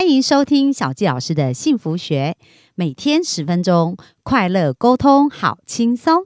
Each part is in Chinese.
欢迎收听小纪老师的幸福学，每天10分钟，快乐沟通，好轻松。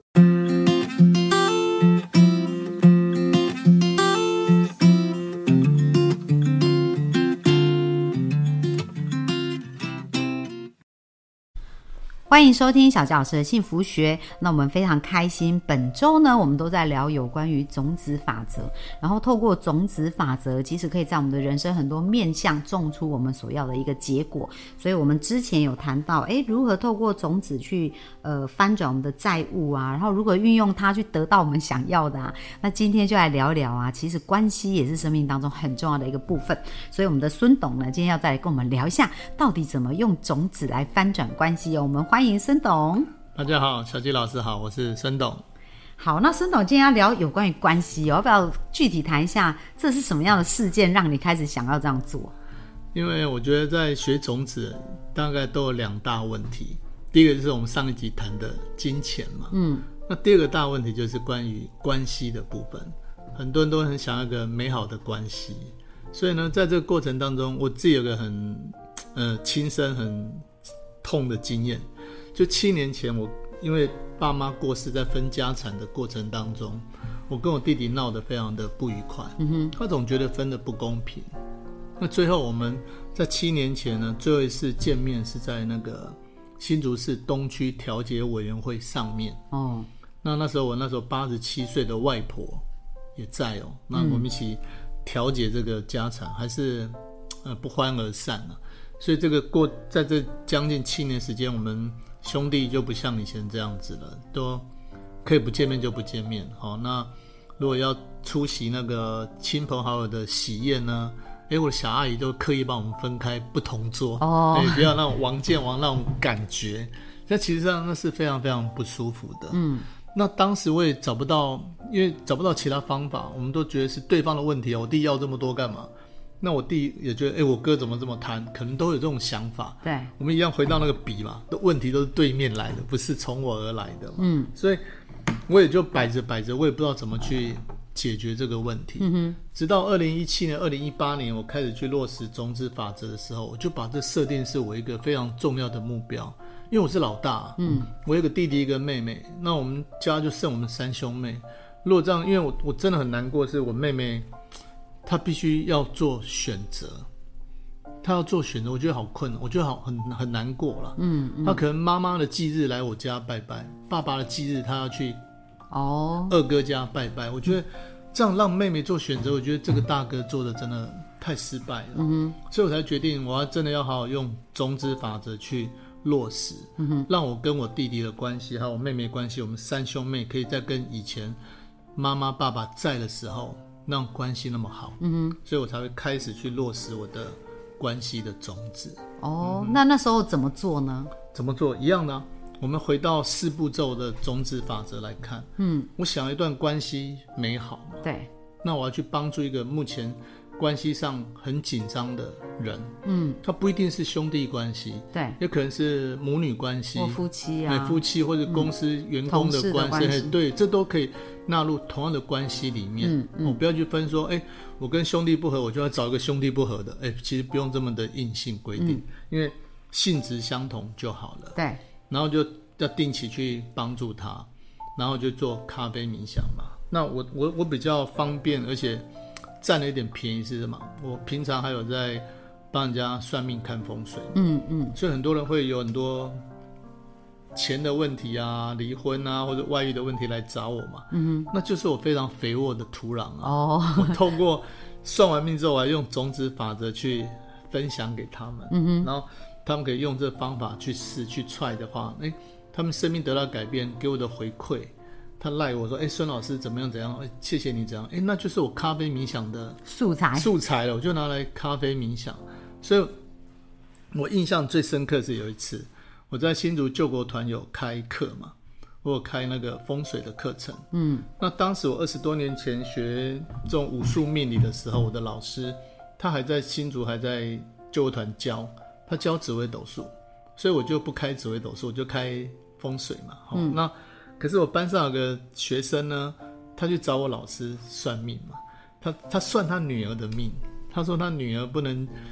欢迎收听小纪老师的幸福学。那我们非常开心，本周呢，我们都在聊有关于种子法则。然后透过种子法则，其实可以在我们的人生很多面向种出我们所要的一个结果。所以我们之前有谈到，如何透过种子去翻转我们的债务啊，然后如何运用它去得到我们想要的啊。那今天就来聊聊啊，其实关系也是生命当中很重要的一个部分。所以我们的孙董呢，今天要再来跟我们聊一下，到底怎么用种子来翻转关系哦。我们欢迎孙董。 大家好，小纪老师好，我是孙董。 好，那孙董今天要聊有关于关系要不要具体谈一下，这是什么样的事件让你开始想要这样做？ 因为我觉得在学种子大概都有2大问题，第一个就是我们上一集谈的金钱嘛，那第二个大问题就是关于关系的部分，很多人都很想要一个美好的关系，所以呢，在这个过程当中，我自己有个很亲身很痛的经验。就7年前，我因为爸妈过世，在分家产的过程当中，我跟我弟弟闹得非常的不愉快，他总觉得分得不公平。那最后我们在7年前呢，最后一次见面是在那个新竹市东区调解委员会上面。那时候我87岁的外婆也在哦，那我们一起调解这个家产，还是不欢而散啊。所以在这将近7年时间，我们兄弟就不像以前这样子了，都可以不见面就不见面。好，那如果要出席那个亲朋好友的喜宴呢，我的小阿姨都刻意帮我们分开不同桌，不要那种王见王那种感觉。那其实上那是非常非常不舒服的。那当时我也找不到，因为找不到其他方法，我们都觉得是对方的问题，我弟要这么多干嘛？那我弟也觉得，我哥怎么这么贪？可能都有这种想法。对，我们一样回到那个比嘛，问题都是对面来的，不是从我而来的嘛。所以我也就摆着，我也不知道怎么去解决这个问题。直到2017年、2018年，我开始去落实种子法则的时候，我就把这设定是我一个非常重要的目标。因为我是老大，我有个弟弟一个妹妹，那我们家就剩我们3兄妹。如果这样，因为我真的很难过，是我妹妹。他必须要做选择，他要做选择，我觉得好困难，我觉得很难过了。他可能妈妈的忌日来我家拜拜，爸爸的忌日他要去二哥家拜拜。我觉得这样让妹妹做选择，我觉得这个大哥做的真的太失败了。所以我才决定，我要真的要好好用种子法则去落实，让我跟我弟弟的关系，还有我妹妹关系，我们3兄妹可以再跟以前妈妈爸爸在的时候。让关系那么好，所以我才会开始去落实我的关系的种子。 那时候怎么做呢？ 怎么做一样的我们回到4步骤的种子法则来看。我想一段关系美好嘛，对，那我要去帮助一个目前关系上很紧张的人。他不一定是兄弟关系，对，也可能是母女关系或夫妻啊， 夫妻或者公司员工的关系，对，这都可以纳入同样的关系里面。我不要去分说，我跟兄弟不合，我就要找一个兄弟不合的。其实不用这么的硬性规定，因为性质相同就好了。对，然后就要定期去帮助他，然后就做咖啡冥想嘛。那我比较方便，而且占了一点便宜是什么？我平常还有在帮人家算命看风水。所以很多人会有很多钱的问题啊、离婚啊或者外遇的问题来找我嘛。那就是我非常肥沃的土壤啊。我透过算完命之后，我还用种子法则去分享给他们。然后他们可以用这方法去试去try的话，他们生命得到改变，给我的回馈。他赖我说，孙老师怎么样怎样，谢谢你怎样，那就是我咖啡冥想的素材了，我就拿来咖啡冥想。所以我印象最深刻是有一次我在新竹救国团有开课嘛，我有开那个风水的课程。那当时我20多年前学这种武术命理的时候，我的老师他还在新竹还在救国团教，他教紫微斗数，所以我就不开紫微斗数，我就开风水嘛。那可是我班上有个学生呢，他去找我老师算命嘛，他算他女儿的命，他说他女儿不能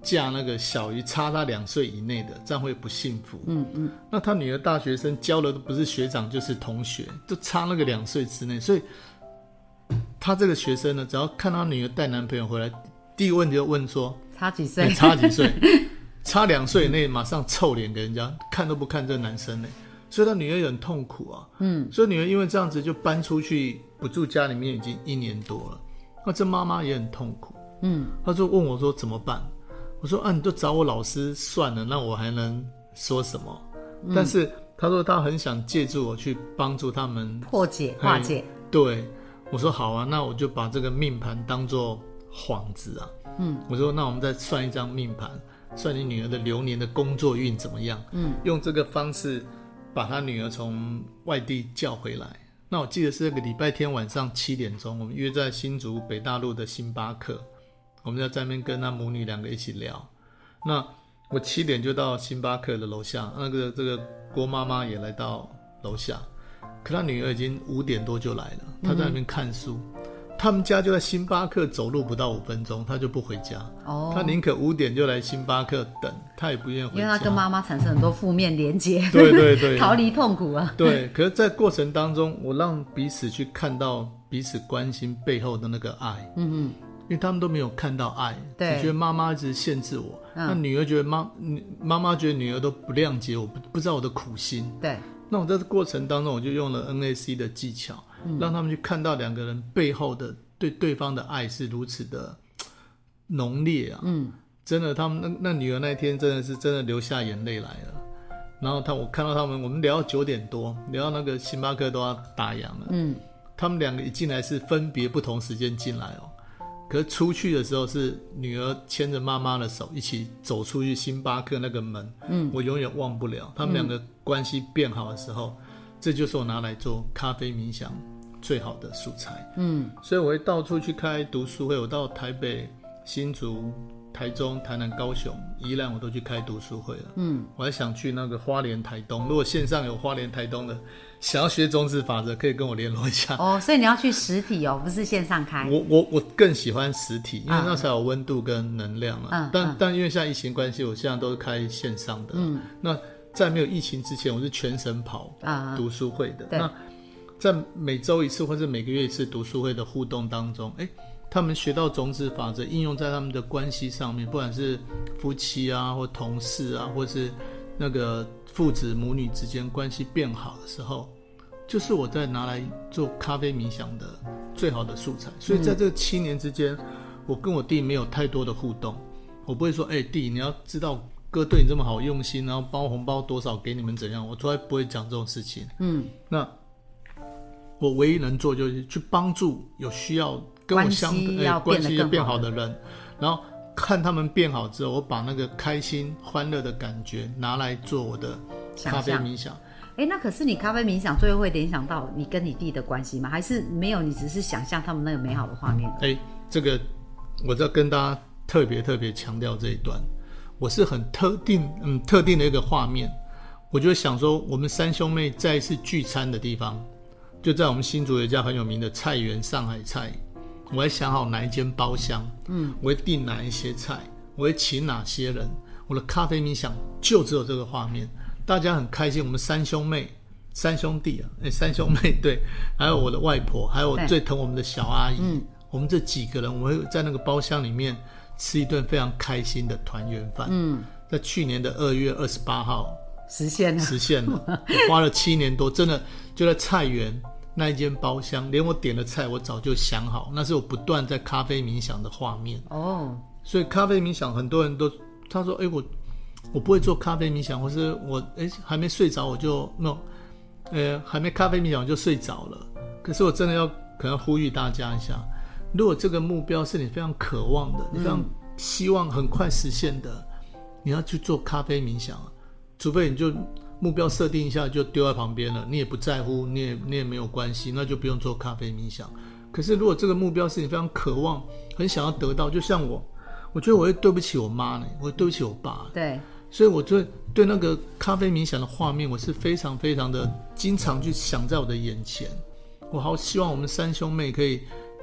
嫁那个小于差他2岁以内的，这样会不幸福。那他女儿大学生交的都不是学长就是同学，就差那个2岁之内，所以他这个学生呢，只要看他女儿带男朋友回来，第一个问题就问说差几岁？ 差几岁？差2岁以内，马上臭脸给人家看都不看这个男生呢，所以他女儿也很痛苦啊。所以女儿因为这样子就搬出去不住家里面已经1年多了，那这妈妈也很痛苦。他就问我说怎么办？我说你就找我老师算了，那我还能说什么？但是他说他很想借助我去帮助他们破解化解。 对，我说好啊，那我就把这个命盘当作幌子啊。我说那我们再算一张命盘，算你女儿的流年的工作运怎么样。用这个方式把他女儿从外地叫回来。那我记得是那个礼拜天晚上7点钟，我们约在新竹北大路的星巴克，我们在那边跟他母女2个一起聊。那我7点就到星巴克的楼下，这个郭妈妈也来到楼下，可他女儿已经5点多就来了，她在那边看书。他们家就在星巴克，走路不到5分钟，他就不回家。他宁可5点就来星巴克等，他也不愿意回家， 因为他跟妈妈产生很多负面连结， 对逃离痛苦啊。 对，可是在过程当中，我让彼此去看到彼此关心背后的那个爱。因为他们都没有看到爱，只觉得妈妈一直限制我。那女儿觉得妈妈觉得女儿都不谅解我，不知道我的苦心。 对， 那我在这过程当中，我就用了 NAC 的技巧，让他们去看到2个人背后的对对方的爱是如此的浓烈啊。真的，他们那女儿那一天真的流下眼泪来了。然后我看到他们，我们聊到9点多，聊到那个星巴克都要打烊了。他们2个一进来是分别不同时间进来哦。可是出去的时候是女儿牵着妈妈的手一起走出去星巴克那个门。我永远忘不了他们2个关系变好的时候，这就是我拿来做咖啡冥想最好的素材。所以我会到处去开读书会，我到台北、新竹、台中、台南、高雄、宜兰我都去开读书会了。我还想去那个花莲、台东，如果线上有花莲、台东的想要学种子法则，可以跟我联络一下。 所以你要去实体不是线上开。 我更喜欢实体，因为那才有温度跟能量啊。但因为现在疫情关系，我现在都是开线上的。那在没有疫情之前，我是全省跑读书会的。那在每周1次或者每个月1次读书会的互动当中，他们学到种子法则，应用在他们的关系上面，不管是夫妻啊，或同事啊，或是那个父子母女之间关系变好的时候，就是我在拿来做咖啡冥想的最好的素材。所以在这7年之间，我跟我弟没有太多的互动。我不会说弟你要知道哥对你这么好用心，然后包红包多少给你们怎样，我从来不会讲这种事情。那我唯一能做就是去帮助有需要跟我相关系要变好的人，然后看他们变好之后，我把那个开心欢乐的感觉拿来做我的咖啡冥想。 那可是你咖啡冥想最后会联想到你跟你弟的关系吗？还是没有，你只是想象他们那个美好的画面？ 这个我要跟大家特别强调这一段，我是很特定的一个画面。我就想说我们3兄妹在一次聚餐的地方，就在我们新竹有一家很有名的菜园上海菜，我会想好哪一间包厢，我会订哪一些菜，我会请哪些人，我的咖啡冥想就只有这个画面，大家很开心。我们3兄妹、3兄弟3兄妹对，还有我的外婆，还有我最疼我们的小阿姨，我们这几个人，我们会在那个包厢里面吃一顿非常开心的团圆饭。在去年的2月28号实现了我花了7年多，真的就在菜园那一间包厢，连我点的菜我早就想好，那是我不断在咖啡冥想的画面。所以咖啡冥想很多人都他说我不会做咖啡冥想，或是我还没睡着我就还没咖啡冥想我就睡着了。可是我真的可能要呼吁大家一下，如果这个目标是你非常渴望的，你非常希望很快实现的，你要去做咖啡冥想，除非你就目标设定一下就丢在旁边了，你也不在乎，你也没有关系，那就不用做咖啡冥想。可是如果这个目标是你非常渴望很想要得到，就像我觉得我会对不起我妈呢，我会对不起我爸。 对， 所以我对那个咖啡冥想的画面，我是非常非常的经常去想在我的眼前。我好希望我们3兄妹可以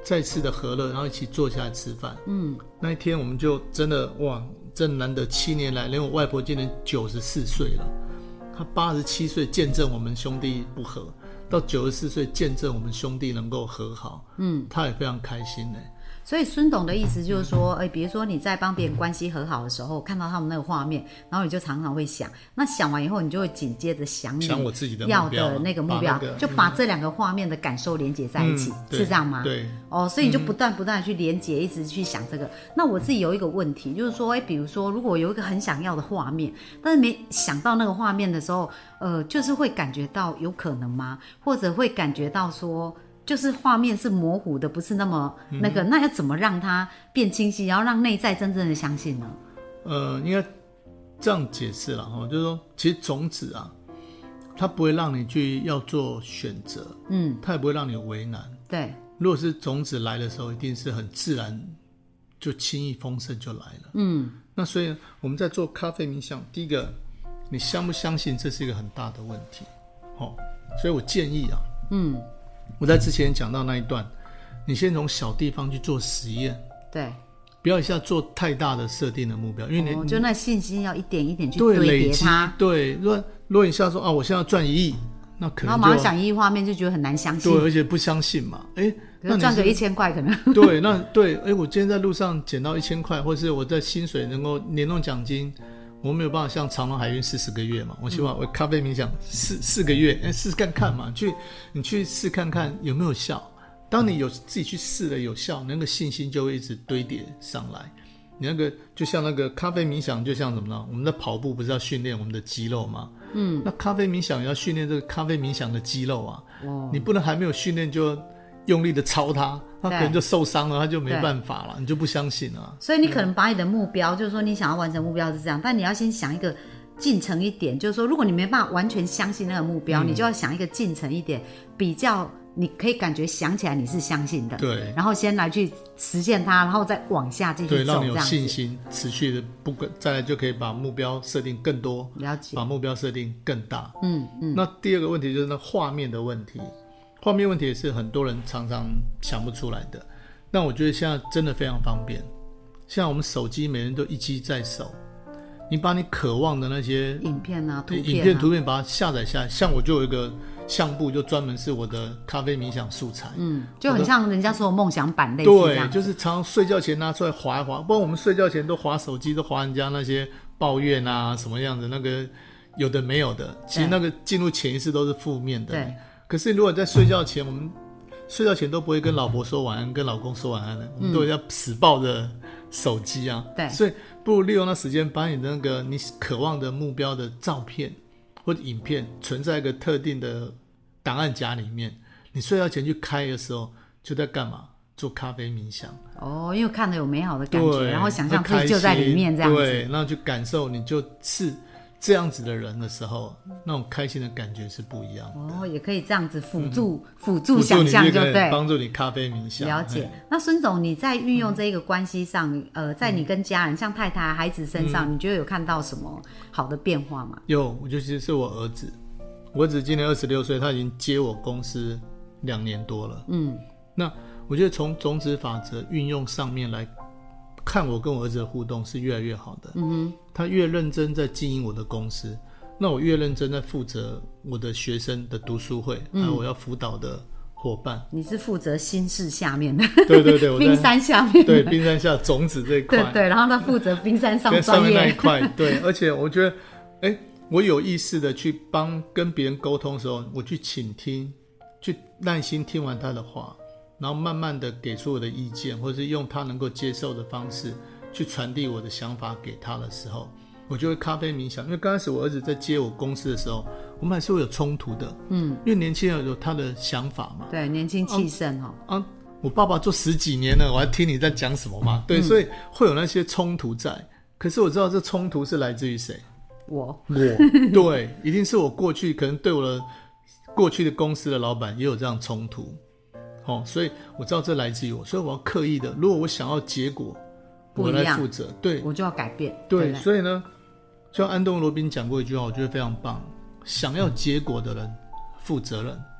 再次的和乐，然后一起坐下来吃饭。那一天我们就真的哇，真难得7年来，连我外婆今年94岁了，她87岁见证我们兄弟不和，到94岁见证我们兄弟能够和好，她也非常开心呢。 所以孙董的意思就是说，比如说你在帮别人关系和好的时候，看到他们那个画面，然后你就常常会想，那想完以后，你就会紧接着想我自己的要的那个目标，就把这2个画面的感受连接在一起，是这样吗？ 对。 所以你就不断的去连接，一直去想这个。那我自己有一个问题，就是说，比如说，如果有一个很想要的画面，但是没想到那个画面的时候，就是会感觉到有可能吗？或者会感觉到说，就是画面是模糊的，不是那么那个，那要怎么让它变清晰，然后让内在真正的相信呢？ 应该这样解释啦，就是说，其实种子啊，它不会让你去要做选择，它也不会让你为难。 对， 如果是种子来的时候，一定是很自然，就轻易丰盛就来了。那所以我们在做咖啡冥想，第一个，你相不相信，这是一个很大的问题。所以我建议啊，我在之前讲到那一段，你先从小地方去做实验， 对， 不要一下做太大的设定的目标，因为你就那信心要一点一点去堆叠它。 对，如果你一下说我现在要赚1亿，那可能就然后马上想1亿画面就觉得很难相信， 对，而且不相信嘛， 那赚个1000块可能对，那对，我今天在路上捡到1000块，或是我在薪水能够年终奖金。我没有办法像长隆海运40个月嘛，我希望我咖啡冥想4个月，试试看嘛，你去试看看有没有效。当你有自己去试了有效，那个信心就会一直堆叠上来。你那个就像那个咖啡冥想，就像什么呢？我们的跑步不是要训练我们的肌肉吗？那咖啡冥想也要训练这个咖啡冥想的肌肉啊。你不能还没有训练就用力的操它可能就受伤了，他就没办法了，你就不相信了。 所以你可能把你的目标，就是说你想要完成目标是这样，但你要先想一个进程一点，就是说如果你没办法完全相信那个目标，你就要想一个进程一点，比较你可以感觉想起来你是相信的， 对， 然后先来去实现它，然后再往下继续走， 对，让你有信心，持续的再来就可以把目标设定更多， 了解， 把目标设定更大。那第二个问题就是那画面的问题。画面问题也是很多人常常想不出来的，但我觉得现在真的非常方便。像我们手机每人都一机在手，你把你渴望的那些影片啊、图片把它下载下来。像我就有一个相簿，就专门是我的咖啡冥想素材， 就很像人家说的梦想版类似这样。 对，就是常常睡觉前拿出来滑一滑，不然我们睡觉前都滑手机，都滑人家那些抱怨啊什么样的那个有的没有的，其实那个进入潜意识都是负面的。 对。 可是如果在睡觉前，我们睡觉前都不会跟老婆说晚安，跟老公说晚安的，我们都要死抱着手机啊。 对， 所以不如利用那时间，把你的那个你渴望的目标的照片或者影片存在一个特定的档案夹里面。你睡觉前去开的时候，就在干嘛？做咖啡冥想。 因为看得有美好的感觉，然后想象自己就在里面这样子。 对，然后去感受，你就是这样子的人的时候，那种开心的感觉是不一样的。 也可以这样子辅助想象，就对， 帮助你咖啡冥想。 了解。那孙总，你在运用这个关系上，在你跟家人，像太太、孩子身上，你觉得有看到什么好的变化吗？ 有，我觉得其实是我儿子。我儿子今年26岁，他已经接我公司2年多了。那我觉得从种子法则运用上面来看，我跟我儿子的互动是越来越好的。他越认真在经营我的公司，那我越认真在负责我的学生的读书会，还有我要辅导的伙伴。 你是负责心事下面的， 对对对，我冰山下面的， 对，冰山下种子这一块， 对对，然后他负责冰山上上面那一块，对。而且我觉得，我有意识的去跟别人沟通的时候，我去倾听，去耐心听完他的话，然后慢慢的给出我的意见，或者是用他能够接受的方式去传递我的想法给他的时候，我就会咖啡冥想。因为刚开始我儿子在接我公司的时候，我们还是会有冲突的，因为年轻人有他的想法嘛， 对，年轻气盛我爸爸做10几年了，我还听你在讲什么嘛？对，所以会有那些冲突在。可是我知道这冲突是来自于谁？我对，一定是我过去可能对我的过去的公司的老板也有这样冲突，所以我知道这来自于我，所以我要刻意的，如果我想要结果，我来负责，对， 我就要改变。 对，所以呢，就像安东尼罗宾讲过一句话，我觉得非常棒：想要结果的人负责任，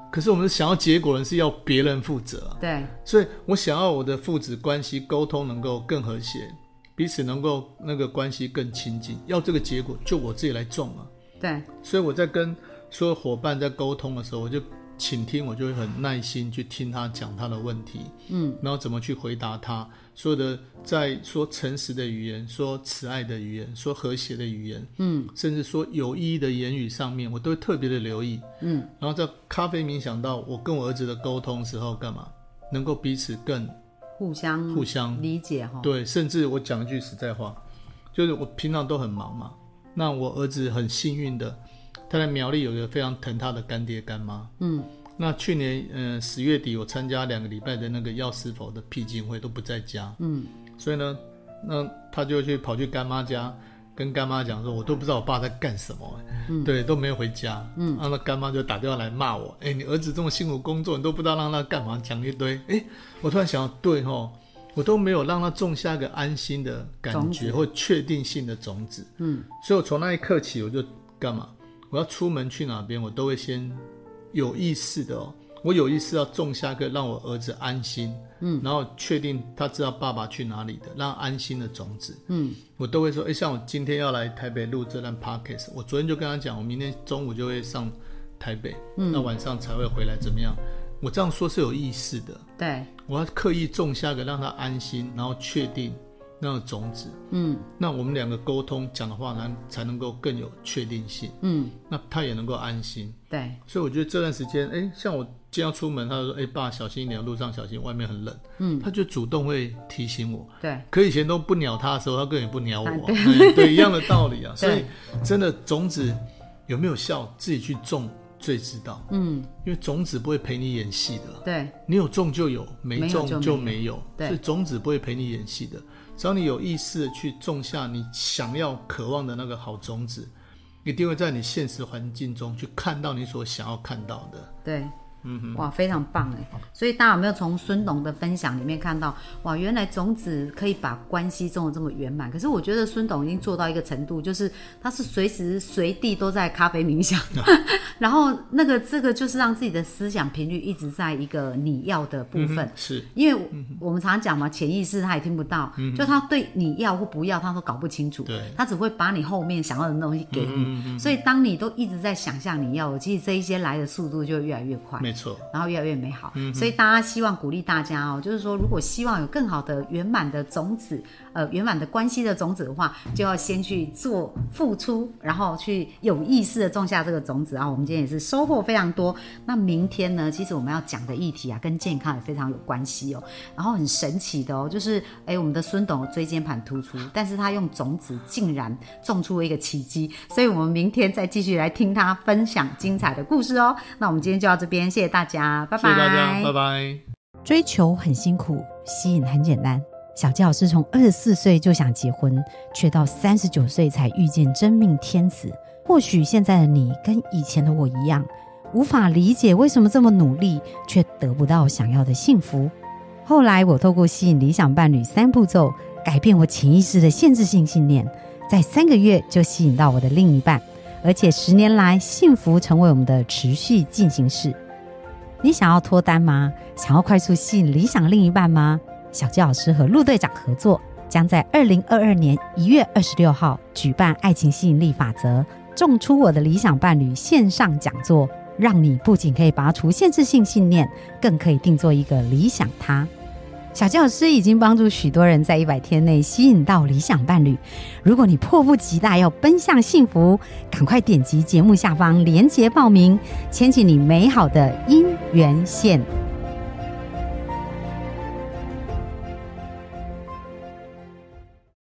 可是我们想要结果人是要别人负责啊。 对， 所以我想要我的父子关系沟通能够更和谐，彼此能够那个关系更亲近，要这个结果就我自己来种啊。 对， 所以我在跟所有伙伴在沟通的时候，我就倾听，我就会很耐心去听他讲他的问题，然后怎么去回答他。所有的在说诚实的语言，说慈爱的语言，说和谐的语言，甚至说有意义的言语上面，我都会特别的留意。然后在咖啡冥想到我跟我儿子的沟通时候，干嘛能够彼此更互相理解齁。 对，甚至我讲一句实在话，就是我平常都很忙嘛，那我儿子很幸运的，他在苗栗有一个非常疼他的干爹干妈。那去年10月底我参加2个礼拜的那个药师佛的辟静会，都不在家。所以呢，那他就跑去干妈家，跟干妈讲说，我都不知道我爸在干什么，对，都没有回家。那干妈就打电话来骂我，你儿子这么辛苦工作，你都不知道让他干嘛，讲一堆。我突然想到，对齁，我都没有让他种下一个安心的感觉或确定性的种子。所以我从那一刻起，我就干嘛？我要出门去哪边，我都会先有意识的我有意识要种下个让我儿子安心，然后确定他知道爸爸去哪里的，让安心的种子。我都会说，像我今天要来台北录这段 podcast， 我昨天就跟他讲，我明天中午就会上台北，那晚上才会回来，怎么样？我这样说是有意识的，对，我要刻意种下个让他安心，然后确定那个种子。那我们两个沟通讲的话呢，才能够更有确定性。那他也能够安心。对，所以我觉得这段时间，像我今天要出门，他就说，爸小心一点，路上小心，外面很冷。他就主动会提醒我。对，可以前都不鸟他的时候，他根本也不鸟我。对，一样的道理啊。所以真的种子有没有效，自己去种最知道。因为种子不会陪你演戏的。对，你有种就有，没种就没有。所以种子不会陪你演戏的。只要你有意识的去种下你想要渴望的那个好种子，一定会在你现实环境中去看到你所想要看到的。对，哇，非常棒哎！所以大家有没有从孙董的分享里面看到，哇，原来种子可以把关系种得这么圆满？可是我觉得孙董已经做到一个程度，就是他是随时随地都在咖啡冥想，然后这个就是让自己的思想频率一直在一个你要的部分。是因为我们常常讲嘛，潜意识他也听不到，就他对你要或不要他都搞不清楚，他只会把你后面想要的东西给你。所以当你都一直在想象你要的，其实这一些来的速度就会越来越快。没错，然后越来越美好。所以大家希望鼓励大家就是说，如果希望有更好的圆满的种子，圆满的关系的种子的话，就要先去做付出，然后去有意识的种下这个种子。然后我们今天也是收获非常多。那明天呢，其实我们要讲的议题跟健康也非常有关系然后很神奇的就是我们的孙董椎间盘突出，但是他用种子竟然种出了一个奇迹。所以我们明天再继续来听他分享精彩的故事那我们今天就到这边，谢谢大家，拜拜。谢谢大家，拜拜。追求很辛苦，吸引很简单。小纪老师从24岁就想结婚，却到39岁才遇见真命天子。或许现在的你跟以前的我一样，无法理解为什么这么努力却得不到想要的幸福。后来我透过吸引理想伴侣3步骤，改变我潜意识的限制性信念，在3个月就吸引到我的另一半，而且10年来幸福成为我们的持续进行式。你想要脱单吗？想要快速吸引理想另一半吗？小纪老师和陆队长合作，将在2022年1月26号举办爱情吸引力法则种出我的理想伴侣线上讲座，让你不仅可以拔除限制性信念，更可以定做一个理想他。小纪老师已经帮助许多人在100天内吸引到理想伴侣。如果你迫不及待要奔向幸福，赶快点击节目下方连结报名，牵起你美好的姻缘线。